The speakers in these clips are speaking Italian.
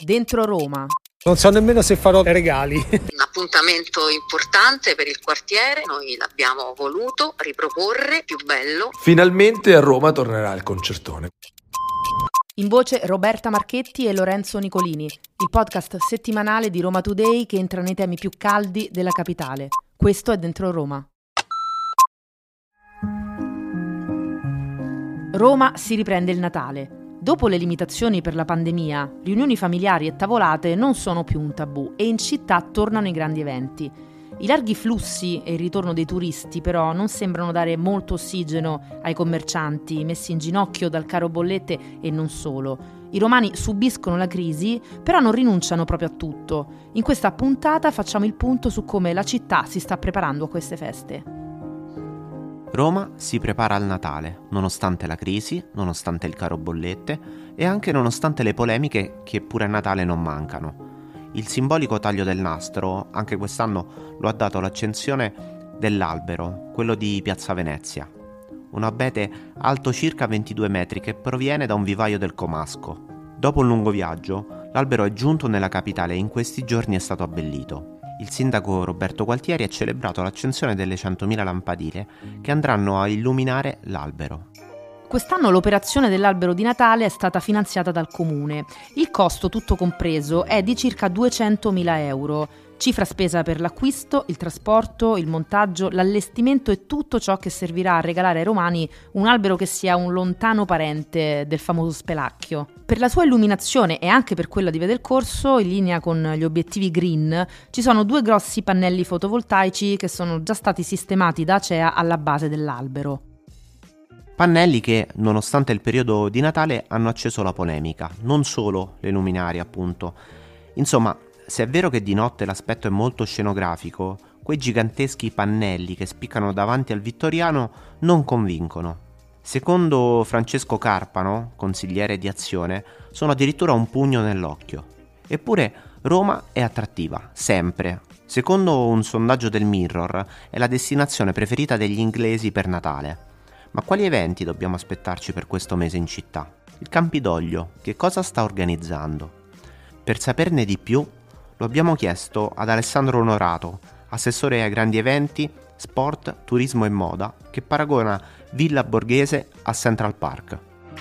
Dentro Roma. Non so nemmeno se farò regali. Un appuntamento importante per il quartiere, noi l'abbiamo voluto riproporre più bello. Finalmente a Roma tornerà il concertone. In voce Roberta Marchetti e Lorenzo Nicolini, il podcast settimanale di Roma Today che entra nei temi più caldi della capitale. Questo è Dentro Roma. Roma si riprende il Natale. Dopo le limitazioni per la pandemia, riunioni familiari e tavolate non sono più un tabù e in città tornano i grandi eventi. I larghi flussi e il ritorno dei turisti però non sembrano dare molto ossigeno ai commercianti messi in ginocchio dal caro bollette e non solo. I romani subiscono la crisi, però non rinunciano proprio a tutto. In questa puntata facciamo il punto su come la città si sta preparando a queste feste. Roma si prepara al Natale, nonostante la crisi, nonostante il caro bollette e anche nonostante le polemiche che pure a Natale non mancano. Il simbolico taglio del nastro anche quest'anno lo ha dato l'accensione dell'albero, quello di Piazza Venezia. Un abete alto circa 22 metri che proviene da un vivaio del Comasco. Dopo un lungo viaggio, l'albero è giunto nella capitale e in questi giorni è stato abbellito. Il sindaco Roberto Gualtieri ha celebrato l'accensione delle 100.000 lampadine che andranno a illuminare l'albero. Quest'anno l'operazione dell'albero di Natale è stata finanziata dal comune. Il costo, tutto compreso, è di circa 200.000 euro. Cifra spesa per l'acquisto, il trasporto, il montaggio, l'allestimento e tutto ciò che servirà a regalare ai romani un albero che sia un lontano parente del famoso Spelacchio. Per la sua illuminazione e anche per quella di Via del Corso, in linea con gli obiettivi green, ci sono 2 grossi pannelli fotovoltaici che sono già stati sistemati da Acea alla base dell'albero. Pannelli che, nonostante il periodo di Natale, hanno acceso la polemica, non solo le luminarie appunto. Insomma, se è vero che di notte l'aspetto è molto scenografico, quei giganteschi pannelli che spiccano davanti al Vittoriano non convincono. Secondo Francesco Carpano, consigliere di Azione, sono addirittura un pugno nell'occhio. Eppure Roma è attrattiva, sempre. Secondo un sondaggio del Mirror, è la destinazione preferita degli inglesi per Natale. Ma quali eventi dobbiamo aspettarci per questo mese in città? Il Campidoglio, che cosa sta organizzando? Per saperne di più, lo abbiamo chiesto ad Alessandro Onorato, assessore ai grandi eventi, sport, turismo e moda, che paragona Villa Borghese a Central Park.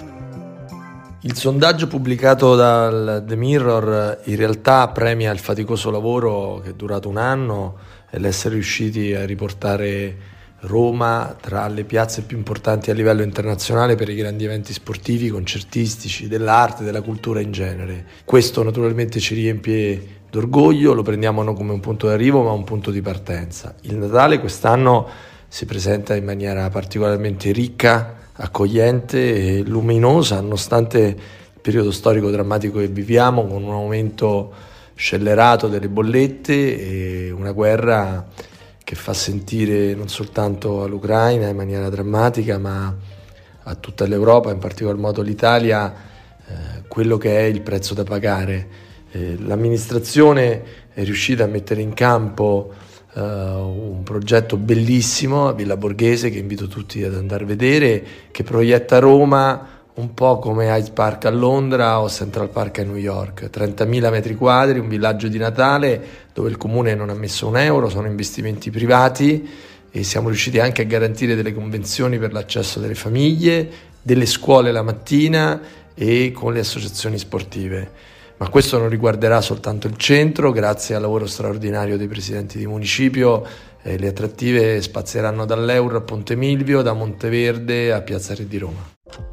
Il sondaggio pubblicato dal The Mirror in realtà premia il faticoso lavoro che è durato un anno e l'essere riusciti a riportare Roma tra le piazze più importanti a livello internazionale per i grandi eventi sportivi, concertistici, dell'arte, della cultura in genere. Questo naturalmente ci riempie d'orgoglio, lo prendiamo non come un punto d'arrivo ma un punto di partenza. Il Natale quest'anno si presenta in maniera particolarmente ricca, accogliente e luminosa, nonostante il periodo storico drammatico che viviamo, con un aumento scellerato delle bollette e una guerra che fa sentire non soltanto all'Ucraina in maniera drammatica, ma a tutta l'Europa, in particolar modo l'Italia, quello che è il prezzo da pagare. L'amministrazione è riuscita a mettere in campo un progetto bellissimo a Villa Borghese, che invito tutti ad andare a vedere, che proietta Roma un po' come Hyde Park a Londra o Central Park a New York. 30.000 metri quadri, un villaggio di Natale dove il comune non ha messo un euro, sono investimenti privati e siamo riusciti anche a garantire delle convenzioni per l'accesso delle famiglie, delle scuole la mattina e con le associazioni sportive. Ma questo non riguarderà soltanto il centro, grazie al lavoro straordinario dei presidenti di municipio. Le attrattive spazieranno dall'Eur a Ponte Milvio, da Monteverde a Piazza Re di Roma.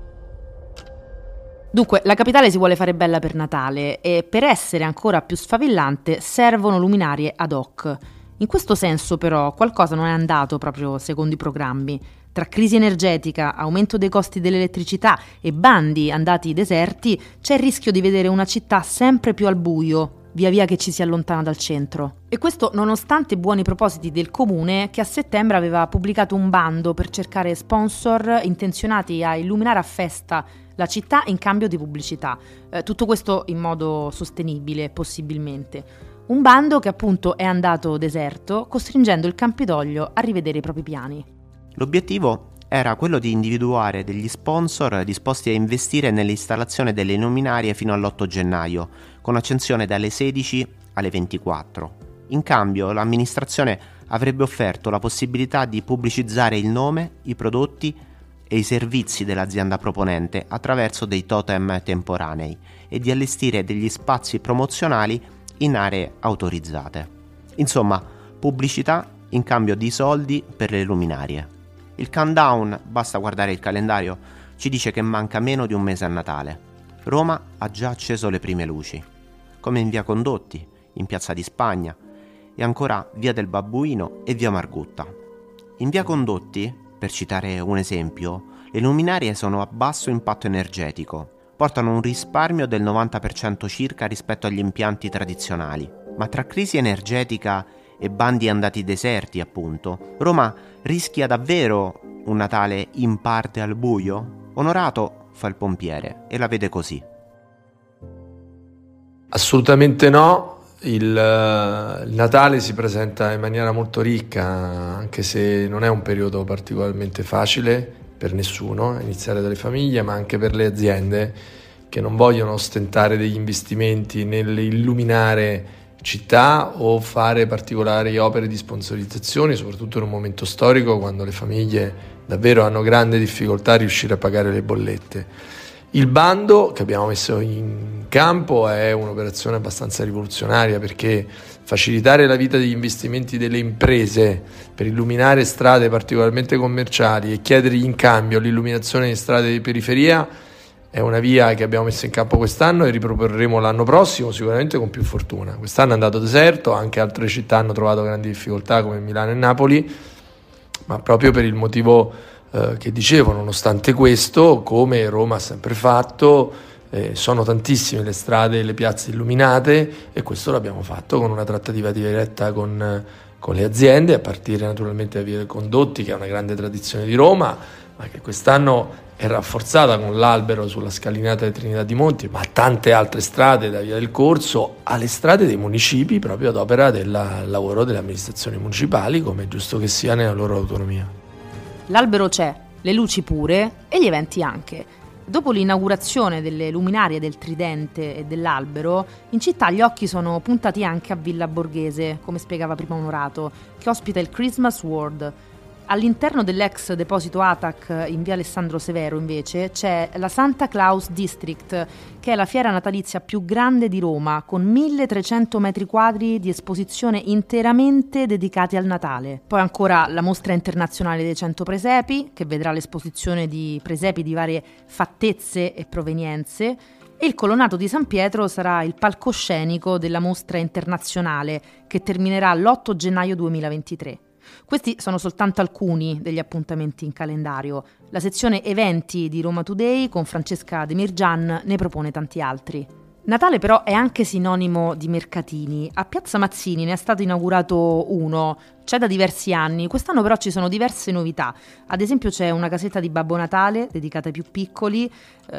Dunque, la capitale si vuole fare bella per Natale e per essere ancora più sfavillante servono luminarie ad hoc. In questo senso però qualcosa non è andato proprio secondo i programmi. Tra crisi energetica, aumento dei costi dell'elettricità e bandi andati deserti c'è il rischio di vedere una città sempre più al buio, via via che ci si allontana dal centro. E questo nonostante buoni propositi del comune, che a settembre aveva pubblicato un bando per cercare sponsor intenzionati a illuminare a festa la città in cambio di pubblicità. Tutto questo in modo sostenibile, possibilmente. Un bando che appunto è andato deserto, costringendo il Campidoglio a rivedere i propri piani. L'obiettivo era quello di individuare degli sponsor disposti a investire nell'installazione delle luminarie fino all'8 gennaio, con accensione dalle 16 alle 24. In cambio, l'amministrazione avrebbe offerto la possibilità di pubblicizzare il nome, i prodotti e i servizi dell'azienda proponente attraverso dei totem temporanei e di allestire degli spazi promozionali in aree autorizzate. Insomma, pubblicità in cambio di soldi per le luminarie. Il countdown, basta guardare il calendario, ci dice che manca meno di un mese a Natale. Roma ha già acceso le prime luci, come in via Condotti, in piazza di Spagna e ancora via del Babbuino e via Margutta. In via Condotti, per citare un esempio, le luminarie sono a basso impatto energetico, portano un risparmio del 90% circa rispetto agli impianti tradizionali, ma tra crisi energetica e bandi andati deserti, appunto, Roma rischia davvero un Natale in parte al buio? Onorato fa il pompiere e la vede così. Assolutamente no. Il Natale si presenta in maniera molto ricca, anche se non è un periodo particolarmente facile per nessuno, a iniziare dalle famiglie, ma anche per le aziende che non vogliono ostentare degli investimenti nell'illuminare città o fare particolari opere di sponsorizzazione, soprattutto in un momento storico quando le famiglie davvero hanno grande difficoltà a riuscire a pagare le bollette. Il bando che abbiamo messo in campo è un'operazione abbastanza rivoluzionaria, perché facilitare la vita degli investimenti delle imprese per illuminare strade particolarmente commerciali e chiedergli in cambio l'illuminazione di strade di periferia è una via che abbiamo messo in campo quest'anno e riproporremo l'anno prossimo, sicuramente con più fortuna. Quest'anno è andato deserto, anche altre città hanno trovato grandi difficoltà come Milano e Napoli, ma proprio per il motivo che dicevo, nonostante questo, come Roma ha sempre fatto, sono tantissime le strade e le piazze illuminate, e questo l'abbiamo fatto con una trattativa diretta con le aziende, a partire naturalmente da Via dei Condotti, che è una grande tradizione di Roma, ma che quest'anno è rafforzata con l'albero sulla scalinata di Trinità di Monti, ma tante altre strade, da Via del Corso alle strade dei municipi, proprio ad opera del lavoro delle amministrazioni municipali, come è giusto che sia nella loro autonomia. L'albero c'è, le luci pure e gli eventi anche. Dopo l'inaugurazione delle luminarie del Tridente e dell'albero, in città gli occhi sono puntati anche a Villa Borghese, come spiegava prima Onorato, che ospita il Christmas World. All'interno dell'ex deposito ATAC in via Alessandro Severo, invece, c'è la Santa Claus District, che è la fiera natalizia più grande di Roma, con 1300 metri quadri di esposizione interamente dedicati al Natale. Poi ancora la mostra internazionale dei 100 presepi, che vedrà l'esposizione di presepi di varie fattezze e provenienze, e il Colonnato di San Pietro sarà il palcoscenico della mostra internazionale, che terminerà l'8 gennaio 2023. Questi sono soltanto alcuni degli appuntamenti in calendario. La sezione eventi di Roma Today con Francesca Demirgian ne propone tanti altri. Natale però è anche sinonimo di mercatini. A Piazza Mazzini ne è stato inaugurato uno, c'è da diversi anni, quest'anno però ci sono diverse novità. Ad esempio c'è una casetta di Babbo Natale dedicata ai più piccoli,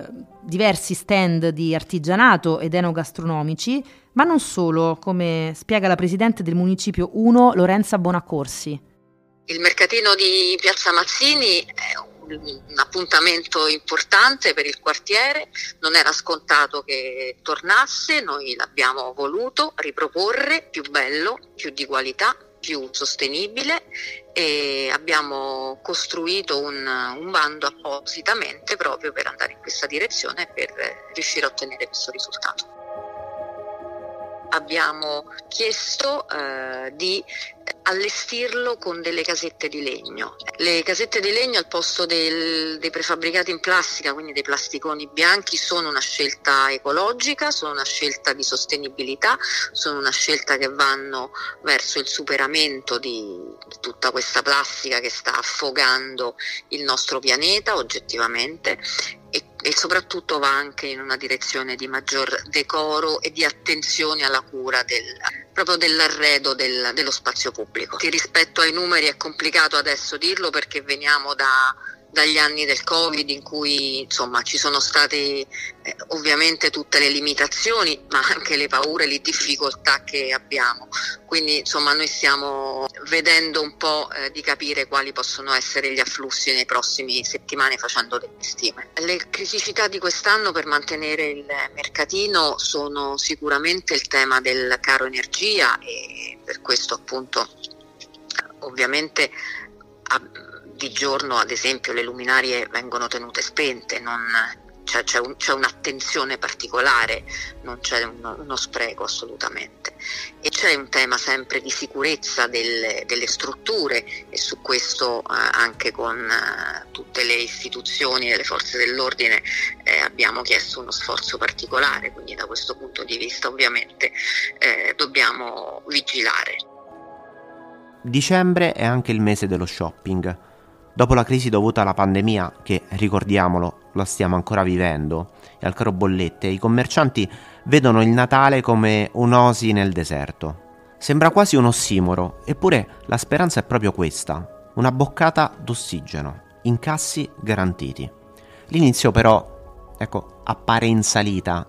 diversi stand di artigianato ed enogastronomici, ma non solo, come spiega la presidente del Municipio 1, Lorenza Bonaccorsi. Il mercatino di Piazza Mazzini è un appuntamento importante per il quartiere, non era scontato che tornasse, noi l'abbiamo voluto riproporre più bello, più di qualità, più sostenibile, e abbiamo costruito un bando appositamente proprio per andare in questa direzione e per riuscire a ottenere questo risultato. Abbiamo chiesto di allestirlo con delle casette di legno. Le casette di legno al posto dei prefabbricati in plastica, quindi dei plasticoni bianchi, sono una scelta ecologica, sono una scelta di sostenibilità, sono una scelta che vanno verso il superamento di tutta questa plastica che sta affogando il nostro pianeta oggettivamente, e soprattutto va anche in una direzione di maggior decoro e di attenzione alla cura proprio dell'arredo dello spazio pubblico. Rispetto ai numeri è complicato adesso dirlo, perché veniamo da dagli anni del Covid, in cui insomma ci sono state ovviamente tutte le limitazioni, ma anche le paure, le difficoltà che abbiamo. Quindi insomma noi stiamo vedendo un po' di capire quali possono essere gli afflussi nei prossimi settimane, facendo delle stime. Le criticità di quest'anno per mantenere il mercatino sono sicuramente il tema del caro energia, e per questo appunto ovviamente di giorno ad esempio le luminarie vengono tenute spente, c'è un'attenzione particolare, non c'è uno spreco assolutamente, e c'è un tema sempre di sicurezza delle strutture, e su questo anche con tutte le istituzioni e le forze dell'ordine abbiamo chiesto uno sforzo particolare, quindi da questo punto di vista ovviamente dobbiamo vigilare. Dicembre è anche il mese dello shopping. Dopo la crisi dovuta alla pandemia, che ricordiamolo la stiamo ancora vivendo, e al caro bollette, i commercianti vedono il Natale come un'oasi nel deserto. Sembra quasi un ossimoro, eppure la speranza è proprio questa, una boccata d'ossigeno, incassi garantiti. L'inizio però, appare in salita.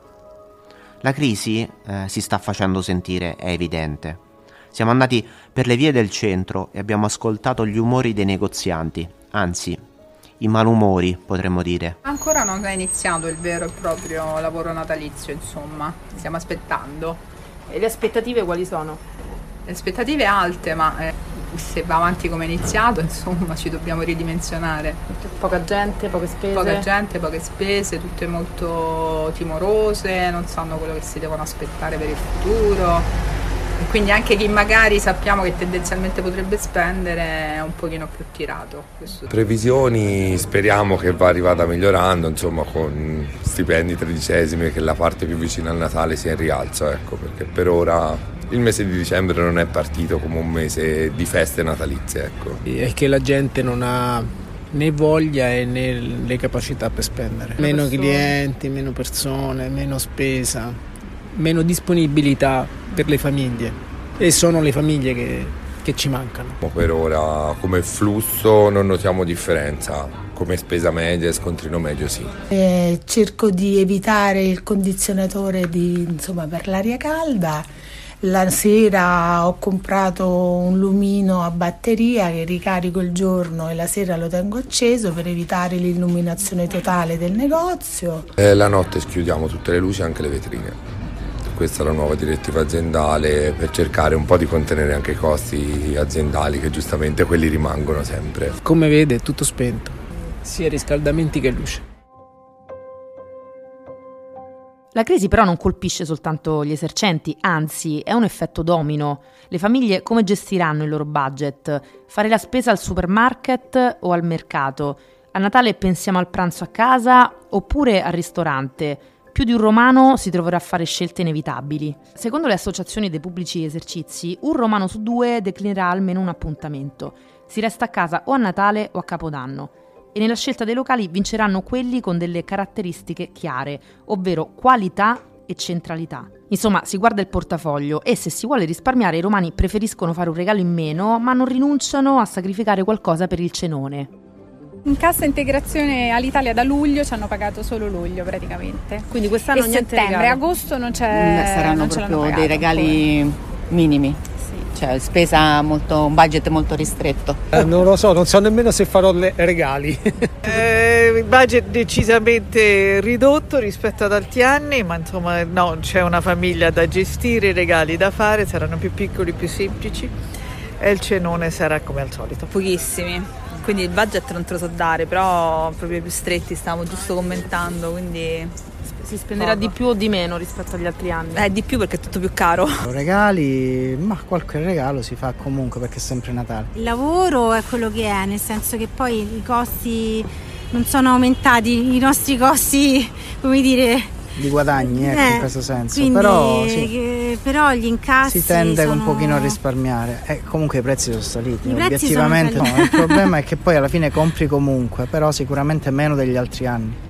La crisi si sta facendo sentire, è evidente. Siamo andati per le vie del centro e abbiamo ascoltato gli umori dei negozianti, anzi, i malumori, potremmo dire. Ancora non è iniziato il vero e proprio lavoro natalizio, insomma, stiamo aspettando. E le aspettative quali sono? Le aspettative alte, ma se va avanti come è iniziato, insomma, ci dobbiamo ridimensionare. Poca gente, poche spese. Poca gente, poche spese, tutte molto timorose, non sanno quello che si devono aspettare per il futuro. E quindi anche chi magari sappiamo che tendenzialmente potrebbe spendere è un pochino più tirato. Previsioni speriamo che va arrivata migliorando, insomma, con stipendi tredicesimi, che la parte più vicina al Natale sia in rialzo, perché per ora il mese di dicembre non è partito come un mese di feste natalizie, È che la gente non ha né voglia né le capacità per spendere. Meno clienti, meno persone, meno spesa, meno disponibilità per le famiglie, e sono le famiglie che ci mancano. Per ora come flusso non notiamo differenza, come spesa media e scontrino medio sì. Cerco di evitare il condizionatore per l'aria calda. La sera ho comprato un lumino a batteria che ricarico il giorno e la sera lo tengo acceso per evitare l'illuminazione totale del negozio. La notte schiudiamo tutte le luci, anche le vetrine. Questa è la nuova direttiva aziendale, per cercare un po' di contenere anche i costi aziendali, che giustamente quelli rimangono sempre. Come vede è tutto spento, sia riscaldamenti che luce. La crisi però non colpisce soltanto gli esercenti, anzi è un effetto domino. Le famiglie come gestiranno il loro budget? Fare la spesa al supermarket o al mercato? A Natale pensiamo al pranzo a casa oppure al ristorante? Più di un romano si troverà a fare scelte inevitabili. Secondo le associazioni dei pubblici esercizi, un romano su 2 declinerà almeno un appuntamento. Si resta a casa o a Natale o a Capodanno. E nella scelta dei locali vinceranno quelli con delle caratteristiche chiare, ovvero qualità e centralità. Insomma, si guarda il portafoglio e se si vuole risparmiare i romani preferiscono fare un regalo in meno, ma non rinunciano a sacrificare qualcosa per il cenone. In cassa integrazione all'Italia da luglio ci hanno pagato solo luglio praticamente. Quindi quest'anno e niente settembre, regalo. agosto non c'è. Saranno non proprio dei regali minimi. Cioè spesa un budget molto ristretto. Non lo so, non so nemmeno se farò regali. Il budget decisamente ridotto rispetto ad altri anni, ma insomma no, c'è una famiglia da gestire, i regali da fare, saranno più piccoli, più semplici e il cenone sarà come al solito. Pochissimi, quindi il budget non te lo so dare, però proprio più stretti, stavamo giusto commentando, quindi si spenderà di più o di meno rispetto agli altri anni? Di più perché è tutto più caro. Regali, ma qualche regalo si fa comunque perché è sempre Natale. Il lavoro è quello che è, nel senso che poi i costi non sono aumentati, i nostri costi, come dire, di guadagni, in questo senso. Quindi, però, sì, però gli incassi si tende un pochino a risparmiare. Comunque i prezzi sono saliti, obiettivamente sono saliti. No, il problema è che poi alla fine compri comunque, però sicuramente meno degli altri anni.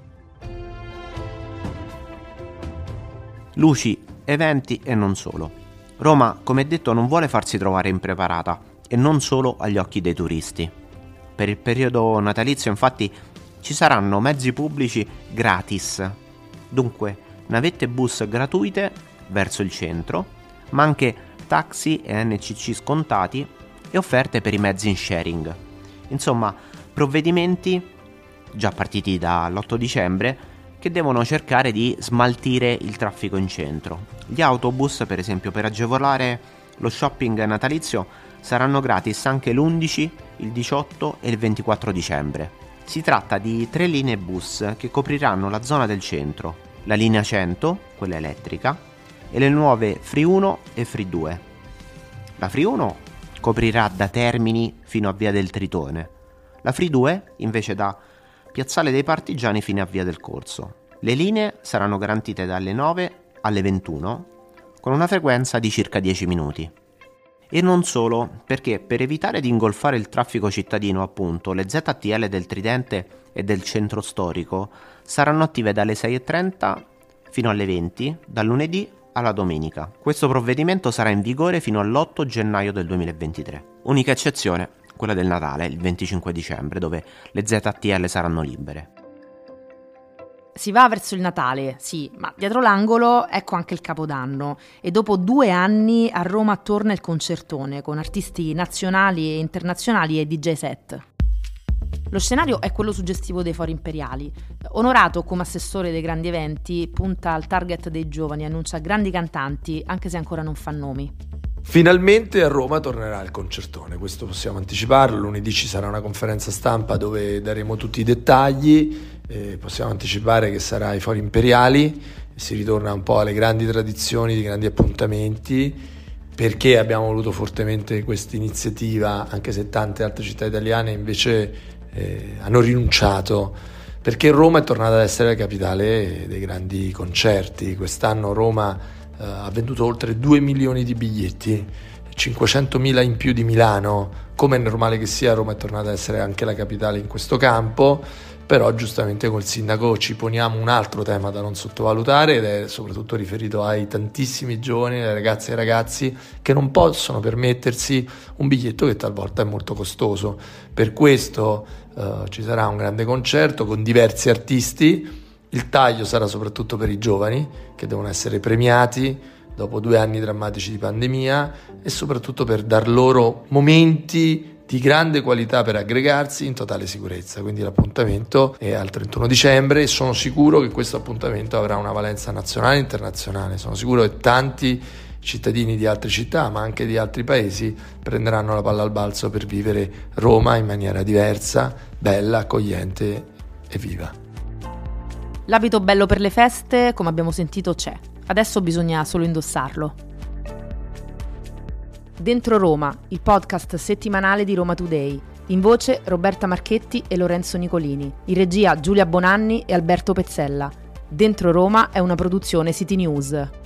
Luci, eventi e non solo. Roma, come detto, non vuole farsi trovare impreparata, e non solo agli occhi dei turisti. per il periodo natalizio infatti ci saranno mezzi pubblici gratis, dunque navette e bus gratuite verso il centro, ma anche taxi e NCC scontati e offerte per i mezzi in sharing. Insomma, provvedimenti già partiti dall'8 dicembre che devono cercare di smaltire il traffico in centro. Gli autobus, per esempio, per agevolare lo shopping natalizio saranno gratis anche l'11, il 18 e il 24 dicembre. Si tratta di 3 linee bus che copriranno la zona del centro, la linea 100, quella elettrica, e le nuove Free 1 e Free 2. La Free 1 coprirà da Termini fino a Via del Tritone, la Free 2 invece da Piazzale dei Partigiani fino a Via del Corso. Le linee saranno garantite dalle 9 alle 21 con una frequenza di circa 10 minuti. E non solo, perché per evitare di ingolfare il traffico cittadino, appunto, le ZTL del Tridente e del centro storico saranno attive dalle 6:30 fino alle 20, dal lunedì alla domenica. Questo provvedimento sarà in vigore fino all'8 gennaio del 2023. Unica eccezione, quella del Natale, il 25 dicembre, dove le ZTL saranno libere. Si va verso il Natale, sì, ma dietro l'angolo ecco anche il Capodanno e dopo 2 anni a Roma torna il concertone con artisti nazionali e internazionali e DJ set. Lo scenario è quello suggestivo dei Fori Imperiali. Onorato come assessore dei grandi eventi, punta al target dei giovani, annuncia grandi cantanti, anche se ancora non fa nomi. Finalmente a Roma tornerà il concertone, questo possiamo anticiparlo. Lunedì ci sarà una conferenza stampa dove daremo tutti i dettagli. Possiamo anticipare che sarà ai Fori Imperiali, si ritorna un po' alle grandi tradizioni, di grandi appuntamenti, perché abbiamo voluto fortemente questa iniziativa, anche se tante altre città italiane invece hanno rinunciato, perché Roma è tornata ad essere la capitale dei grandi concerti. Quest'anno Roma ha venduto oltre 2 milioni di biglietti, 500.000 in più di Milano. Come è normale che sia, Roma è tornata ad essere anche la capitale in questo campo. Però giustamente col sindaco ci poniamo un altro tema da non sottovalutare, ed è soprattutto riferito ai tantissimi giovani, alle ragazze e ai ragazzi che non possono permettersi un biglietto che talvolta è molto costoso. Per questo ci sarà un grande concerto con diversi artisti. Il taglio sarà soprattutto per i giovani che devono essere premiati dopo 2 anni drammatici di pandemia, e soprattutto per dar loro momenti di grande qualità per aggregarsi in totale sicurezza. Quindi l'appuntamento è al 31 dicembre e sono sicuro che questo appuntamento avrà una valenza nazionale e internazionale. Sono sicuro che tanti cittadini di altre città, ma anche di altri paesi, prenderanno la palla al balzo per vivere Roma in maniera diversa, bella, accogliente e viva. L'abito bello per le feste, come abbiamo sentito, c'è. Adesso bisogna solo indossarlo. Dentro Roma, il podcast settimanale di Roma Today. In voce Roberta Marchetti e Lorenzo Nicolini. In regia Giulia Bonanni e Alberto Pezzella. Dentro Roma è una produzione City News.